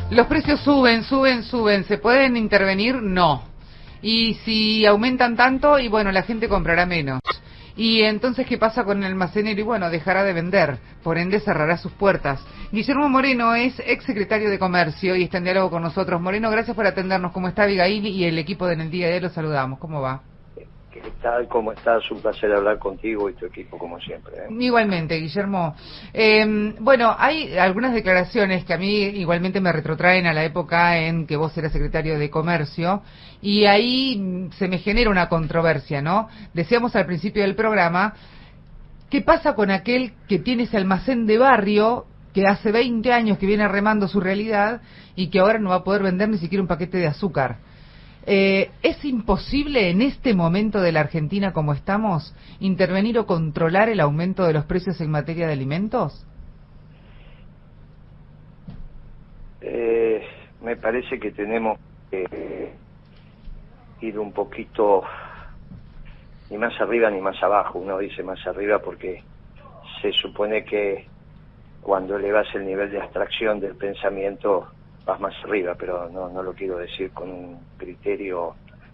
Los precios suben, suben, suben. ¿Se pueden intervenir? No. Y si aumentan tanto, y bueno, la gente comprará menos. Y entonces, ¿qué pasa con el almacenero? Y bueno, dejará de vender, por ende cerrará sus puertas. Guillermo Moreno es exsecretario de Comercio y está en diálogo con nosotros. Moreno, gracias por atendernos. ¿Cómo está Abigail y el equipo de En el Día de hoy? Los saludamos. ¿Cómo va? ¿Qué tal? ¿Cómo estás? Un placer hablar contigo y tu equipo, como siempre. Igualmente, Guillermo. Bueno, hay algunas declaraciones que a mí igualmente me retrotraen a la época en que vos eras secretario de Comercio, y ahí se me genera una controversia, ¿no? Decíamos al principio del programa, ¿qué pasa con aquel que tiene ese almacén de barrio que hace 20 años que viene remando su realidad y que ahora no va a poder vender ni siquiera un paquete de azúcar? ¿Es imposible en este momento de la Argentina como estamos intervenir o controlar el aumento de los precios en materia de alimentos? Me parece que tenemos que ir un poquito ni más arriba ni más abajo. Uno dice más arriba porque se supone que cuando elevas el nivel de abstracción del pensamiento vas más arriba, pero no lo quiero decir con un criterio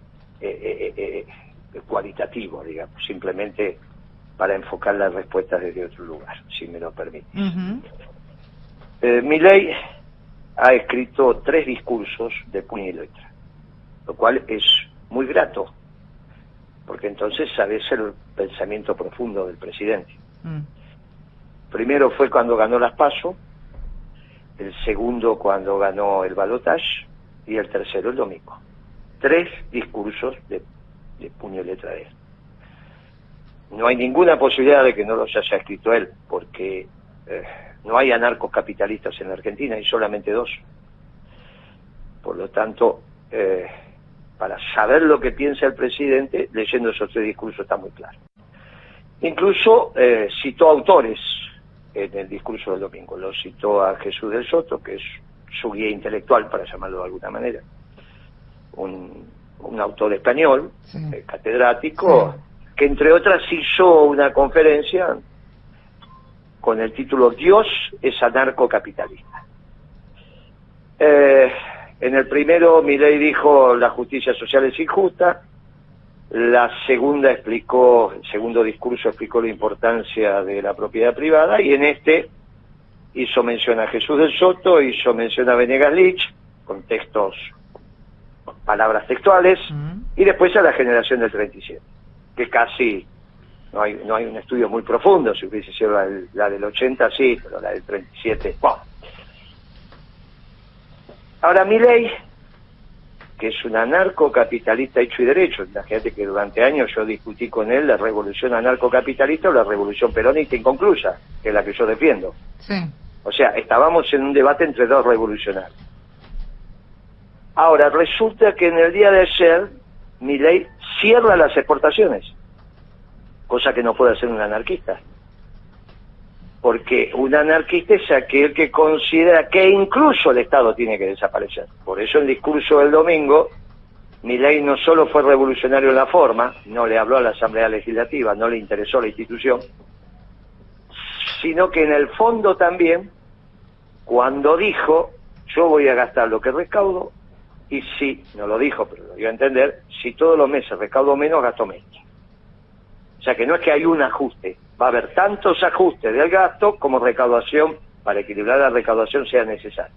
cualitativo, digamos, simplemente para enfocar las respuestas desde otro lugar, si me lo permites. Milei ha escrito 3 discursos de puño y letra, lo cual es muy grato, porque entonces sabes el pensamiento profundo del presidente. Primero fue cuando ganó las PASO, el segundo cuando ganó el balotaje y el tercero el domingo. 3 discursos de puño y letra de él. No hay ninguna posibilidad de que no los haya escrito él, porque no hay anarcocapitalistas en la Argentina, hay solamente 2. Por lo tanto, para saber lo que piensa el presidente, leyendo esos 3 discursos está muy claro. Incluso citó autores en el discurso del domingo. Lo citó a Jesús del Soto, que es su guía intelectual, para llamarlo de alguna manera, un autor español, sí, catedrático, sí, que entre otras hizo una conferencia con el título Dios es anarcocapitalista. En el primero Milei dijo la justicia social es injusta. El segundo discurso explicó la importancia de la propiedad privada, y en este hizo mención a Jesús del Soto, hizo mención a Venegas Lich, con textos, palabras textuales, y después a la generación del 37, que casi no hay un estudio muy profundo. Si hubiese sido la del 80, sí, pero la del 37, ¡wow! Ahora Milei, que es un anarcocapitalista hecho y derecho. Imagínate que durante años yo discutí con él la revolución anarcocapitalista o la revolución peronista inconclusa, que es la que yo defiendo. Sí. O sea, estábamos en un debate entre 2 revolucionarios. Ahora, resulta que en el día de ayer, Milei cierra las exportaciones, cosa que no puede hacer un anarquista. Porque un anarquista es aquel que considera que incluso el Estado tiene que desaparecer. Por eso el discurso del domingo, Milei no solo fue revolucionario en la forma, no le habló a la Asamblea Legislativa, no le interesó la institución, sino que en el fondo también, cuando dijo, yo voy a gastar lo que recaudo, y sí, no lo dijo, pero lo dio a entender, si todos los meses recaudo menos, gasto menos. O sea que no es que hay un ajuste, va a haber tantos ajustes del gasto como recaudación, para equilibrar la recaudación sea necesario.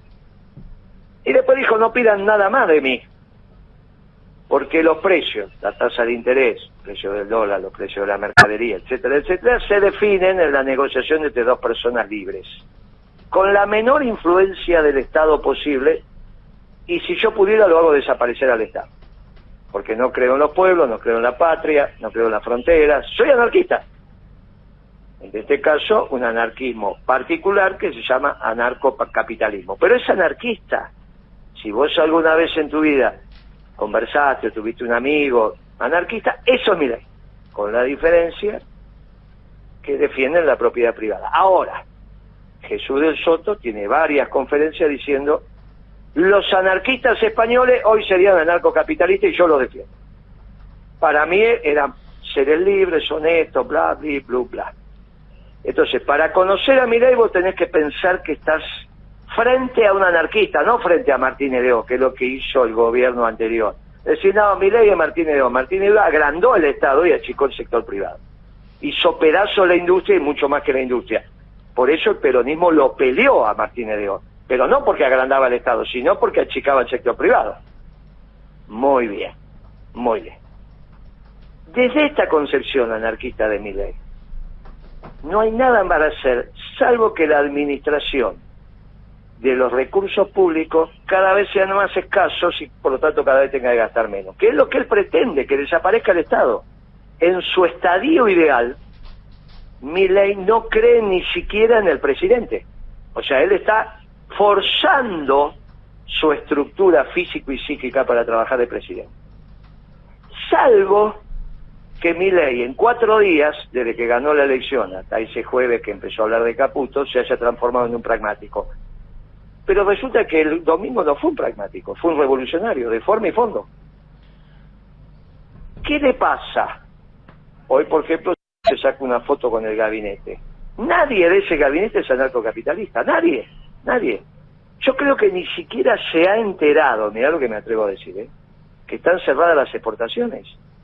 Y después dijo, no pidan nada más de mí, porque los precios, la tasa de interés, el precio del dólar, los precios de la mercadería, etcétera, etcétera, se definen en la negociación entre 2 personas libres, con la menor influencia del Estado posible, y si yo pudiera lo hago desaparecer al Estado. Porque no creo en los pueblos, no creo en la patria, no creo en las fronteras, soy anarquista. En este caso, un anarquismo particular que se llama anarcocapitalismo. Pero es anarquista. Si vos alguna vez en tu vida conversaste o tuviste un amigo anarquista, eso es Milei, con la diferencia que defienden la propiedad privada. Ahora, Jesús del Soto tiene varias conferencias diciendo los anarquistas españoles hoy serían anarcocapitalistas y yo los defiendo. Para mí eran seres libres, honestos, bla, bla, bla, bla. Entonces, para conocer a Milei vos tenés que pensar que estás frente a un anarquista, no frente a Martínez de Oz, que es lo que hizo el gobierno anterior. Decir, no, Milei es Martínez de Oz. Martínez de Oz agrandó el Estado y achicó el sector privado. Hizo pedazo la industria y mucho más que la industria. Por eso el peronismo lo peleó a Martínez de Oz. Pero no porque agrandaba el Estado, sino porque achicaba el sector privado. Muy bien, muy bien. Desde esta concepción anarquista de Milei, no hay nada para hacer, salvo que la administración de los recursos públicos cada vez sean más escasos y por lo tanto cada vez tenga que gastar menos. Que es lo que él pretende, que desaparezca el Estado. En su estadio ideal, Milei no cree ni siquiera en el presidente. O sea, él está forzando su estructura físico y psíquica para trabajar de presidente. Salvo que Milei en 4 días, desde que ganó la elección hasta ese jueves que empezó a hablar de Caputo, se haya transformado en un pragmático. Pero resulta que el domingo no fue un pragmático, fue un revolucionario, de forma y fondo. ¿Qué le pasa? Hoy, por ejemplo, se saca una foto con el gabinete. Nadie de ese gabinete es anarcocapitalista, nadie. Yo creo que ni siquiera se ha enterado, mirá lo que me atrevo a decir, que están cerradas las exportaciones.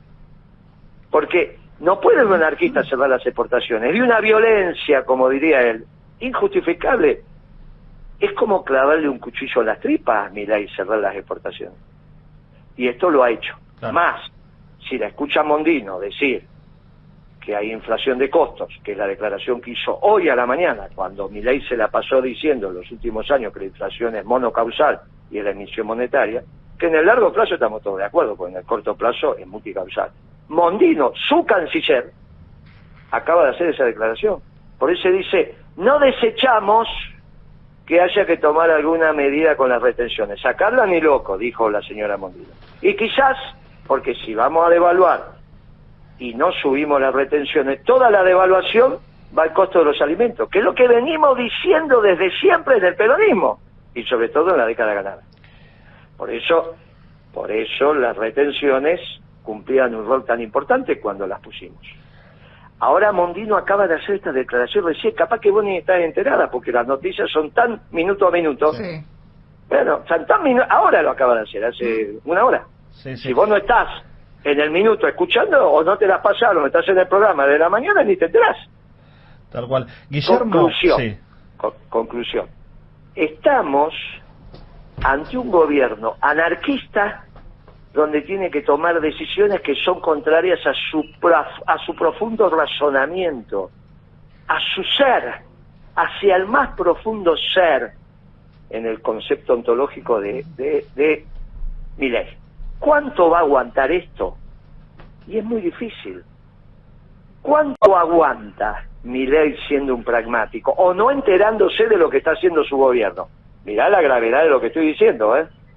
Porque no puede un anarquista cerrar las exportaciones. De una violencia, como diría él, injustificable. Es como clavarle un cuchillo en las tripas a Milei y cerrar las exportaciones. Y esto lo ha hecho. Claro. Más, si la escucha Mondino decir que hay inflación de costos, que es la declaración que hizo hoy a la mañana, cuando Milei se la pasó diciendo en los últimos años que la inflación es monocausal y es la emisión monetaria, que en el largo plazo estamos todos de acuerdo, porque en el corto plazo es multicausal. Mondino, su canciller, acaba de hacer esa declaración. Por eso dice, no desechamos que haya que tomar alguna medida con las retenciones. Sacarla ni loco, dijo la señora Mondino. Y quizás, porque si vamos a devaluar y no subimos las retenciones, toda la devaluación va al costo de los alimentos, que es lo que venimos diciendo desde siempre en el peronismo, y sobre todo en la década ganada. Por eso las retenciones cumplían un rol tan importante cuando las pusimos. Ahora Mondino acaba de hacer esta declaración recién, capaz que vos ni estás enterada, porque las noticias son tan minuto a minuto. Sí. Bueno, son tan ahora lo acaba de hacer, hace una hora. Sí. Si vos no estás en el minuto escuchando, o no te las pasaron, o estás en el programa de la mañana, ni te enterás. Tal cual. Guillermo, conclusión. Sí. Conclusión. Estamos ante un gobierno anarquista donde tiene que tomar decisiones que son contrarias a su profundo razonamiento, a su ser, hacia el más profundo ser en el concepto ontológico de Milei. ¿Cuánto va a aguantar esto? Y es muy difícil. ¿Cuánto aguanta Milei siendo un pragmático o no enterándose de lo que está haciendo su gobierno? Mirá la gravedad de lo que estoy diciendo,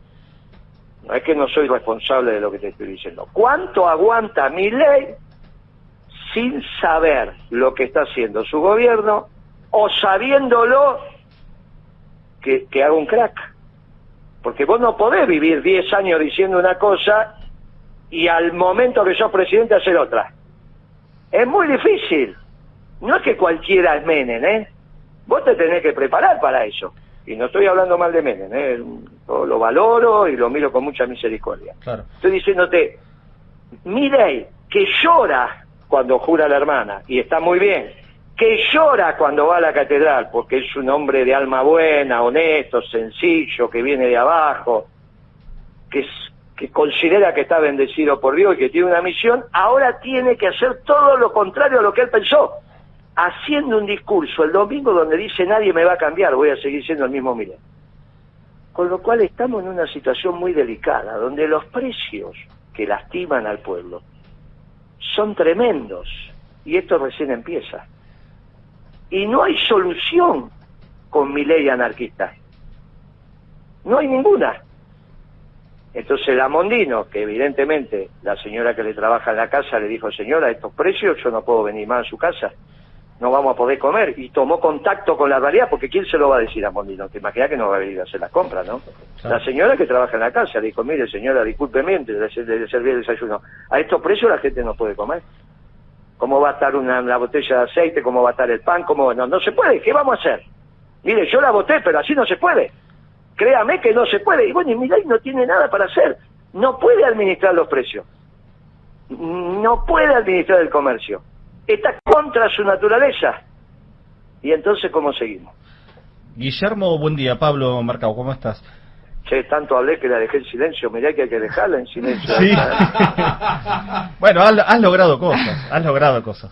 No es que no soy responsable de lo que te estoy diciendo. ¿Cuánto aguanta Milei sin saber lo que está haciendo su gobierno o sabiéndolo que haga un crack? Porque vos no podés vivir 10 años diciendo una cosa y al momento que sos presidente hacer otra. Es muy difícil. No es que cualquiera es Menem, Vos te tenés que preparar para eso. Y no estoy hablando mal de Menem, Yo lo valoro y lo miro con mucha misericordia. Claro. Estoy diciéndote, Milei, que llora cuando jura la hermana, y está muy bien, que llora cuando va a la catedral, porque es un hombre de alma buena, honesto, sencillo, que viene de abajo, que considera que está bendecido por Dios y que tiene una misión, ahora tiene que hacer todo lo contrario a lo que él pensó, haciendo un discurso el domingo donde dice nadie me va a cambiar, voy a seguir siendo el mismo Milei. Con lo cual estamos en una situación muy delicada, donde los precios que lastiman al pueblo son tremendos, y esto recién empieza. Y no hay solución con Milei anarquista. No hay ninguna. Entonces la Mondino, que evidentemente la señora que le trabaja en la casa le dijo, señora, estos precios yo no puedo venir más a su casa, no vamos a poder comer, y tomó contacto con la realidad, porque ¿quién se lo va a decir a Mondino? Te imaginas que no va a venir a hacer las compras, ¿no? Claro. La señora que trabaja en la casa le dijo, mire señora, discúlpeme, le serví el desayuno, a estos precios la gente no puede comer. ¿Cómo va a estar una botella de aceite? ¿Cómo va a estar el pan? ¿Cómo? No se puede. ¿Qué vamos a hacer? Mire, yo la voté, pero así no se puede. Créame que no se puede. Y bueno, y Milei no tiene nada para hacer. No puede administrar los precios. No puede administrar el comercio. Está contra su naturaleza. Y entonces, ¿cómo seguimos? Guillermo, buen día. Pablo Marcao, ¿cómo estás? Che, tanto hablé que la dejé en silencio. Mirá que hay que dejarla en silencio. Sí. Bueno, has logrado cosas. Has logrado cosas.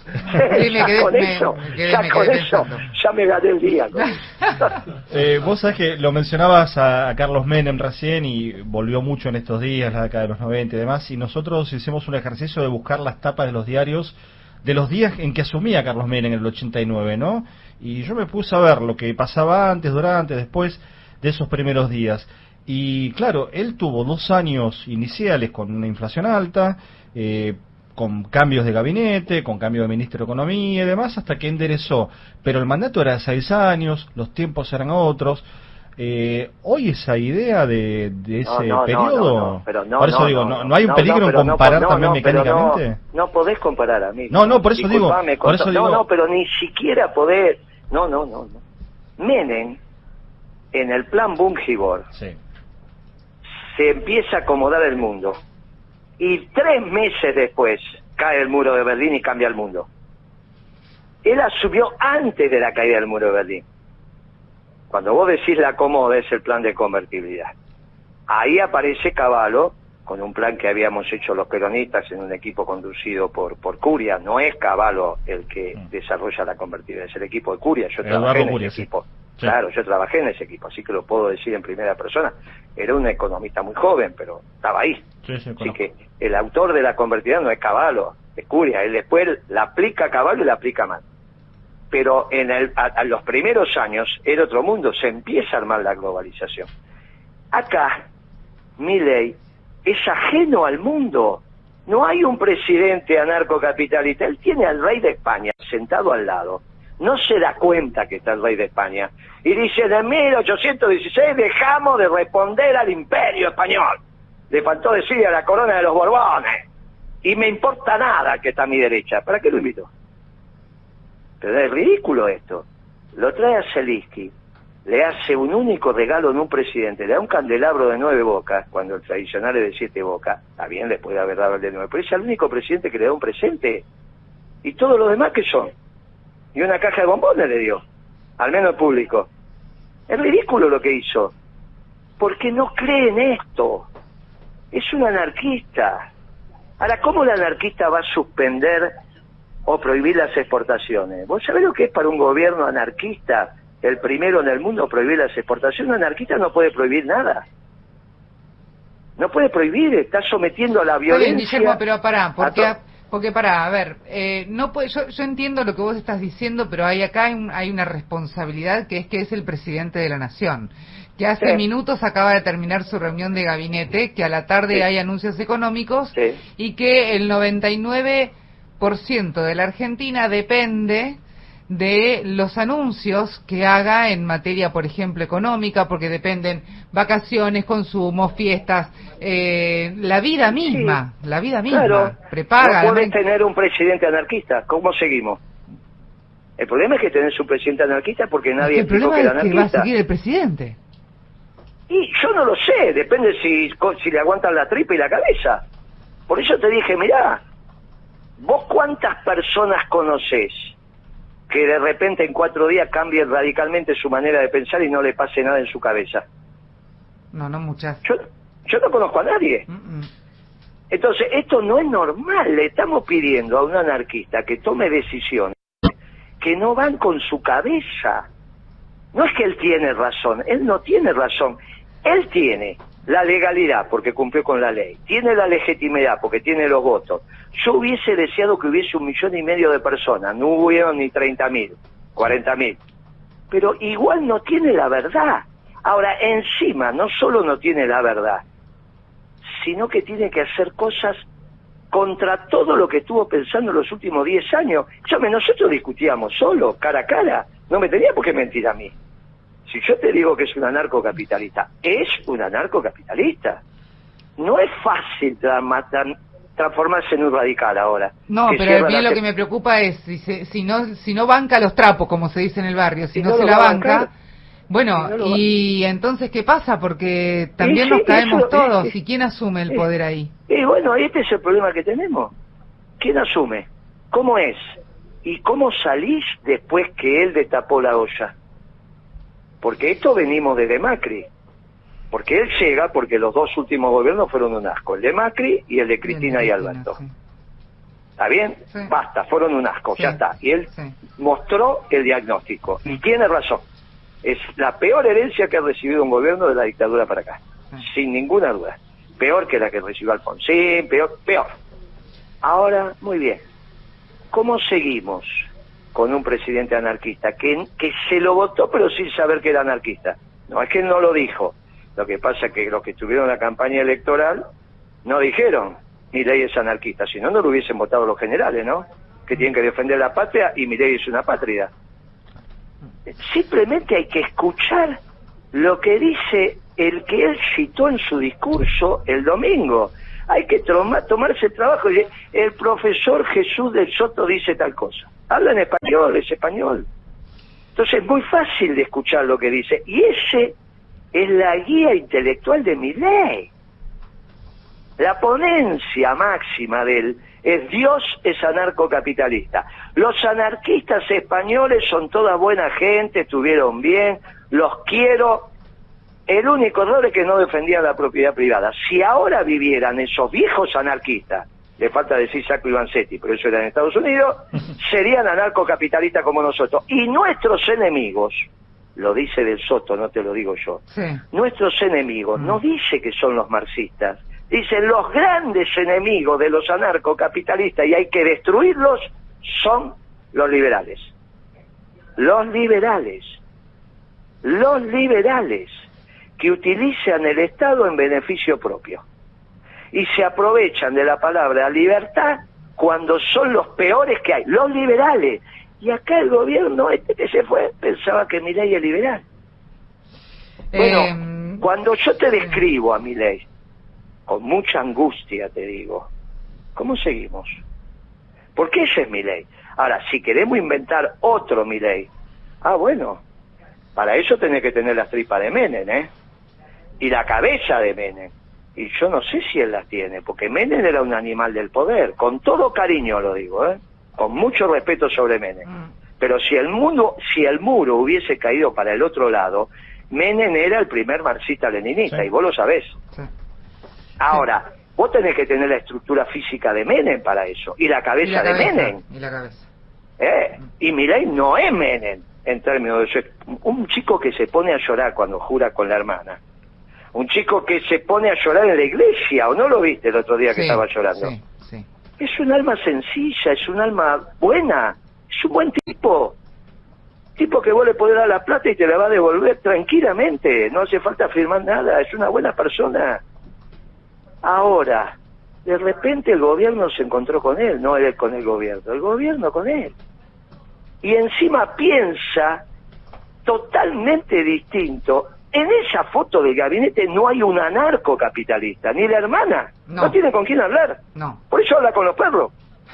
Ya me gané el día. Con eso. Vos sabés que lo mencionabas a Carlos Menem recién y volvió mucho en estos días, la década de los 90 y demás, y nosotros hicimos un ejercicio de buscar las tapas de los diarios de los días en que asumía Carlos Menem en el 89, ¿no? Y yo me puse a ver lo que pasaba antes, durante, después de esos primeros días. Y claro, él tuvo 2 años iniciales con una inflación alta, con cambios de gabinete, con cambio de ministro de Economía y demás, hasta que enderezó. Pero el mandato era de 6 años, los tiempos eran otros. Hoy esa idea de ese periodo, por eso digo, ¿no hay un peligro en comparar también mecánicamente? No podés comparar, amigo. No, por eso digo. Pero ni siquiera podés. No. Menem, en el plan Bungibor, sí, se empieza a acomodar el mundo. Y 3 meses después cae el muro de Berlín y cambia el mundo. Él asumió antes de la caída del muro de Berlín. Cuando vos decís la acomoda es el plan de convertibilidad. Ahí aparece Cavallo con un plan que habíamos hecho los peronistas en un equipo conducido por Curia. No es Cavallo el que desarrolla la convertibilidad, es el equipo de Curia. Yo trabajé en ese equipo. Sí. Claro, yo trabajé en ese equipo, así que lo puedo decir en primera persona. Era un economista muy joven, pero estaba ahí. Sí, así que el autor de la convertibilidad no es Cavallo, es Curia. Él después la aplica a Cavallo y la aplica mal. Pero a los primeros años era otro mundo, se empieza a armar la globalización. Acá, Milei es ajeno al mundo. No hay un presidente anarcocapitalista. Él tiene al rey de España sentado al lado. No se da cuenta que está el rey de España. Y dice, en 1816 dejamos de responder al imperio español. Le faltó decir a la corona de los Borbones. Y me importa nada que está a mi derecha. ¿Para qué lo invito? Pero es ridículo esto. Lo trae a Zelensky, le hace un único regalo en un presidente, le da un candelabro de 9 bocas, cuando el tradicional es de 7 bocas. Está bien, le puede haber dado el de 9, pero es el único presidente que le da un presente. ¿Y todos los demás qué son? Y una caja de bombones le dio, al menos el público. Es ridículo lo que hizo, porque no cree en esto. Es un anarquista. Ahora, ¿cómo el anarquista va a suspender o prohibir las exportaciones? ¿Vos sabés lo que es para un gobierno anarquista, el primero en el mundo, prohibir las exportaciones? Un anarquista no puede prohibir nada. No puede prohibir, está sometiendo a la violencia. Bien, Guillermo, pero pará, porque pará, a ver, no puede, yo entiendo lo que vos estás diciendo, pero hay una responsabilidad que es el presidente de la nación, que hace minutos acaba de terminar su reunión de gabinete, que a la tarde hay anuncios económicos y que el 99% de la Argentina depende de los anuncios que haga en materia, por ejemplo, económica, porque dependen vacaciones, consumos, fiestas, la vida misma, claro, prepaga. No podés tener un presidente anarquista, ¿cómo seguimos? El problema es que tenés un presidente anarquista porque nadie explicó que era anarquista. El problema es que va a seguir el presidente. Y yo no lo sé, depende si le aguantan la tripa y la cabeza. Por eso te dije, mirá, ¿vos cuántas personas conocés que de repente en 4 días cambien radicalmente su manera de pensar y no le pase nada en su cabeza? No muchas. Yo no conozco a nadie. Entonces, esto no es normal. Le estamos pidiendo a un anarquista que tome decisiones que no van con su cabeza. No es que él tiene razón, él no tiene razón. Él tiene la legalidad porque cumplió con la ley, tiene la legitimidad porque tiene los votos. Yo hubiese deseado que hubiese 1,5 millones de personas, no hubieron ni 30.000, 40.000, pero igual no tiene la verdad. Ahora, encima, no solo no tiene la verdad, sino que tiene que hacer cosas contra todo lo que estuvo pensando en los últimos 10 años. Nosotros discutíamos solo, cara a cara, no me tenía por qué mentir a mí. Si yo te digo que es un anarcocapitalista, es un anarcocapitalista. No es fácil transformarse en un radical ahora. No, pero a mí lo que me preocupa es si no banca los trapos, como se dice en el barrio, si no se la banca, Bueno, y entonces, ¿qué pasa? Porque también nos caemos todos. ¿Y quién asume el poder ahí? Y bueno, este es el problema que tenemos. ¿Quién asume? ¿Cómo es? ¿Y cómo salís después que él destapó la olla? Porque esto venimos de Macri. Porque él llega, porque los dos últimos gobiernos fueron un asco. El de Macri y el de Cristina y Alberto. Sí. ¿Está bien? Sí. Basta, fueron un asco, sí. Ya está. Y él mostró el diagnóstico. Sí. Y tiene razón. Es la peor herencia que ha recibido un gobierno de la dictadura para acá. Sí. Sin ninguna duda. Peor que la que recibió Alfonsín, peor. Ahora, muy bien. ¿Cómo seguimos con un presidente anarquista que se lo votó pero sin saber que era anarquista? No, es que él no lo dijo. Lo que pasa es que los que estuvieron en la campaña electoral no dijeron Milei es anarquista, si no, no lo hubiesen votado los generales, ¿no? Que tienen que defender la patria y Milei es una pátrida. Simplemente hay que escuchar lo que dice el que él citó en su discurso el domingo. Hay que tomarse el trabajo. El profesor Jesús del Soto dice tal cosa. Habla en español, es español. Entonces es muy fácil de escuchar lo que dice. Y ese es la guía intelectual de Milei. La ponencia máxima de él es Dios es anarcocapitalista. Los anarquistas españoles son toda buena gente, estuvieron bien, los quiero. El único error es que no defendían la propiedad privada. Si ahora vivieran esos viejos anarquistas, le falta decir Sacco y Vanzetti, pero eso era en Estados Unidos, serían anarcocapitalistas como nosotros. Y nuestros enemigos, lo dice del Soto, no te lo digo yo, nuestros enemigos no dice que son los marxistas, dicen los grandes enemigos de los anarcocapitalistas y hay que destruirlos, son los liberales. Los liberales que utilizan el Estado en beneficio propio y se aprovechan de la palabra libertad cuando son los peores que hay, los liberales. Y acá el gobierno que se fue pensaba que Milei es liberal. Bueno, cuando yo te describo a Milei, con mucha angustia te digo, ¿cómo seguimos? Porque ese es Milei. Ahora, si queremos inventar otro Milei, bueno, para eso tenés que tener las tripas de Menem, y la cabeza de Menem. Y yo no sé si él las tiene, porque Menem era un animal del poder, con todo cariño lo digo, con mucho respeto sobre Menem. Pero si el muro hubiese caído para el otro lado, Menem era el primer marxista-leninista, y vos lo sabés. Sí. Ahora, vos tenés que tener la estructura física de Menem para eso, y la cabeza de Menem. Y la cabeza. Y Milei no es Menem, en términos de un chico que se pone a llorar cuando jura con la hermana. Un chico que se pone a llorar en la iglesia, ¿o no lo viste el otro día que estaba llorando? Sí. Es un alma sencilla, es un alma buena, es un buen tipo. Tipo que vos le podés dar la plata y te la va a devolver tranquilamente, no hace falta firmar nada, es una buena persona. Ahora, de repente el gobierno se encontró con él, no él con el gobierno con él. Y encima piensa totalmente distinto. En esa foto del gabinete no hay un anarcocapitalista, ni la hermana. No tiene con quién hablar. No. Por eso habla con los perros.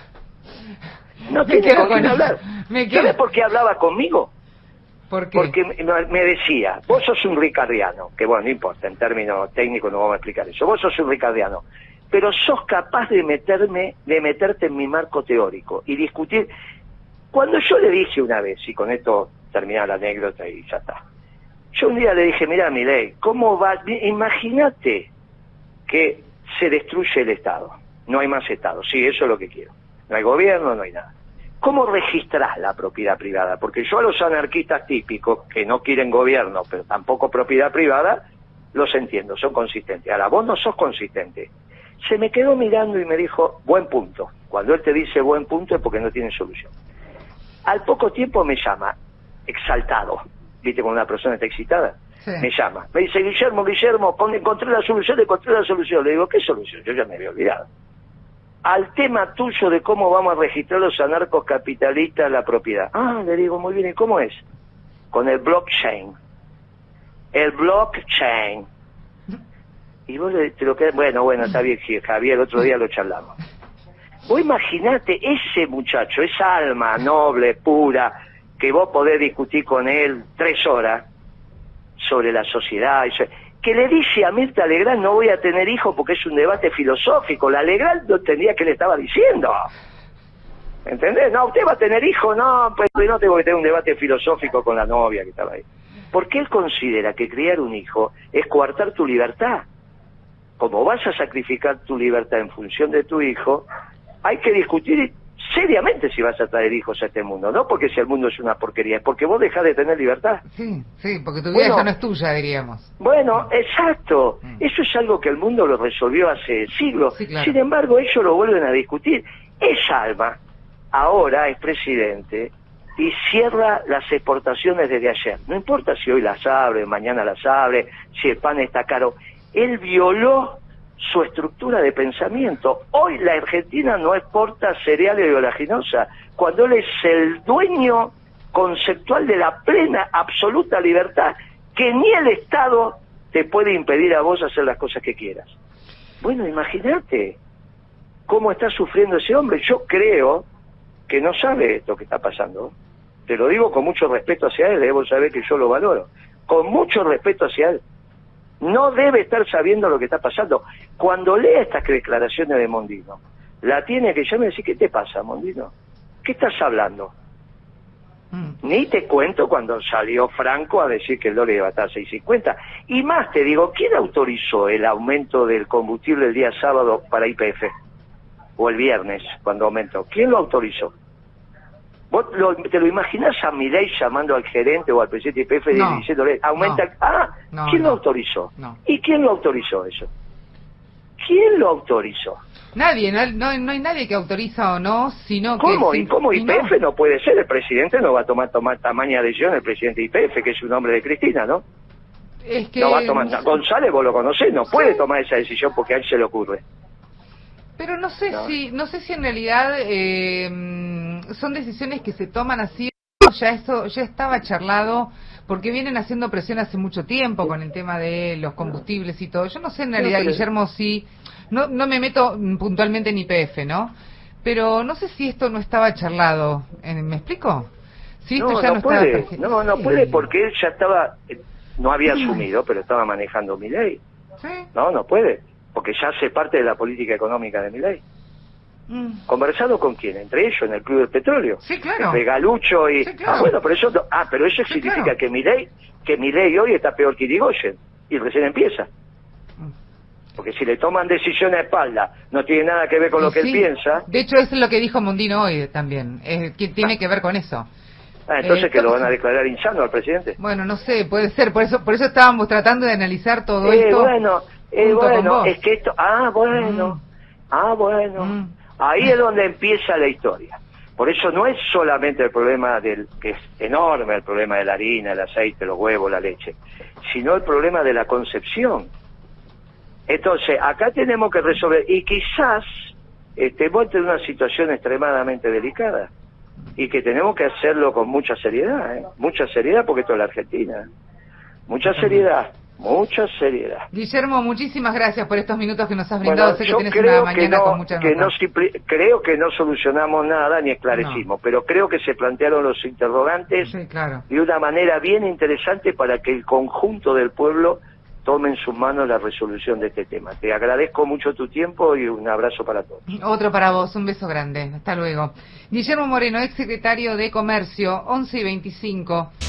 No tiene con quién hablar. ¿Sabes por qué hablaba conmigo? ¿Por qué? Porque me decía, vos sos un ricardiano, que bueno, no importa, en términos técnicos no vamos a explicar eso. Vos sos un ricardiano, pero sos capaz de meterte en mi marco teórico y discutir. Cuando yo le dije una vez, y con esto termina la anécdota y ya está. Yo un día le dije, mirá, Milei, ¿cómo va? Imagínate que se destruye el Estado. No hay más Estado. Sí, eso es lo que quiero. No hay gobierno, no hay nada. ¿Cómo registrás la propiedad privada? Porque yo a los anarquistas típicos, que no quieren gobierno, pero tampoco propiedad privada, los entiendo, son consistentes. Ahora, vos no sos consistente. Se me quedó mirando y me dijo, buen punto. Cuando él te dice buen punto es porque no tiene solución. Al poco tiempo me llama, exaltado. ¿Viste cuando una persona está excitada? Sí. Me llama. Me dice, Guillermo, encontré la solución. Le digo, ¿qué solución? Yo ya me había olvidado. Al tema tuyo de cómo vamos a registrar los anarcos capitalistas la propiedad. Le digo, muy bien, ¿y cómo es? Con el blockchain. El blockchain. Y vos te lo quedas, bueno, está bien, Javier, otro día lo charlamos. Vos imaginate ese muchacho, esa alma noble, pura, que vos podés discutir con él 3 horas, sobre la sociedad, que le dice a Mirta Legrand no voy a tener hijos porque es un debate filosófico. La Legrand no entendía qué le estaba diciendo. ¿Entendés? No, usted va a tener hijos, no, pues no tengo que tener un debate filosófico con la novia que estaba ahí. Porque él considera que criar un hijo es coartar tu libertad. Como vas a sacrificar tu libertad en función de tu hijo, hay que discutir seriamente si vas a traer hijos a este mundo, no porque si el mundo es una porquería, es porque vos dejás de tener libertad. Sí, sí, porque tu vida ya no es tuya, diríamos. Bueno, exacto. Eso es algo que el mundo lo resolvió hace siglos. Sí, claro. Sin embargo, ellos lo vuelven a discutir. Alba ahora es presidente y cierra las exportaciones desde ayer. No importa si hoy las abre, mañana las abre, si el pan está caro. Él violó su estructura de pensamiento. Hoy la Argentina no exporta cereales y oleaginosa, cuando él es el dueño conceptual de la plena, absoluta libertad, que ni el Estado te puede impedir a vos hacer las cosas que quieras. Bueno, imagínate cómo está sufriendo ese hombre. Yo creo que no sabe esto que está pasando. Te lo digo con mucho respeto hacia él, vos sabés que yo lo valoro. Con mucho respeto hacia él. No debe estar sabiendo lo que está pasando. Cuando lea estas declaraciones de Mondino, la tiene que llamar y decir, ¿qué te pasa, Mondino? ¿Qué estás hablando? Ni te cuento cuando salió Franco a decir que el dólar iba a estar a 6.50. Y más te digo, ¿quién autorizó el aumento del combustible el día sábado para YPF? O el viernes, cuando aumentó. ¿Quién lo autorizó? ¿Vos te lo imaginás a Milei llamando al gerente o al presidente de YPF y diciéndole, aumenta? ¿Quién lo autorizó? ¿Y quién lo autorizó eso? ¿Quién lo autorizó? Nadie, no hay nadie que autoriza o no, sino que... ¿Cómo? ¿Y cómo YPF no puede ser? El presidente no va a tomar tamaña decisión, el presidente de YPF, que es un hombre de Cristina, ¿no? Es que... No va a tomar... González, vos lo conocés, no puede tomar esa decisión porque a él se le ocurre. Pero no sé si en realidad son decisiones que se toman así. Ya estaba charlado, porque vienen haciendo presión hace mucho tiempo con el tema de los combustibles y todo. Yo no sé en realidad, Guillermo, si no me meto puntualmente en YPF, ¿no? Pero no sé si esto no estaba charlado. ¿Me explico? Si esto ya no puede. No puede porque él ya estaba, no había asumido, pero estaba manejando Milei. ¿Sí? No puede. Porque ya hace parte de la política económica de Milei. ¿Conversado con quién? Entre ellos, en el Club del Petróleo. Sí, claro. Entre Galucho y... Sí, claro. Pero eso significa que Milei hoy está peor que Irigoyen. Y recién empieza. Porque si le toman decisión a espalda, no tiene nada que ver con lo que él piensa. De hecho, eso es lo que dijo Mondino hoy también. Que tiene que ver con eso. Entonces que lo van a declarar insano al presidente. Bueno, no sé, puede ser. Por eso estábamos tratando de analizar todo esto. Bueno, es que esto... Ahí es donde empieza la historia. Por eso no es solamente el problema que es enorme, el problema de la harina, el aceite, los huevos, la leche, sino el problema de la concepción. Entonces, acá tenemos que resolver, y quizás estemos en una situación extremadamente delicada, y que tenemos que hacerlo con mucha seriedad, mucha seriedad, porque esto es la Argentina. Mucha seriedad. Mucha seriedad. Guillermo, muchísimas gracias por estos minutos que nos has brindado. Sé que tienes una mañana con mucha creo que no solucionamos nada ni esclarecimos, pero creo que se plantearon los interrogantes de una manera bien interesante para que el conjunto del pueblo tome en sus manos la resolución de este tema. Te agradezco mucho tu tiempo y un abrazo para todos. Otro para vos, un beso grande. Hasta luego. Guillermo Moreno, ex secretario de Comercio, 11:25.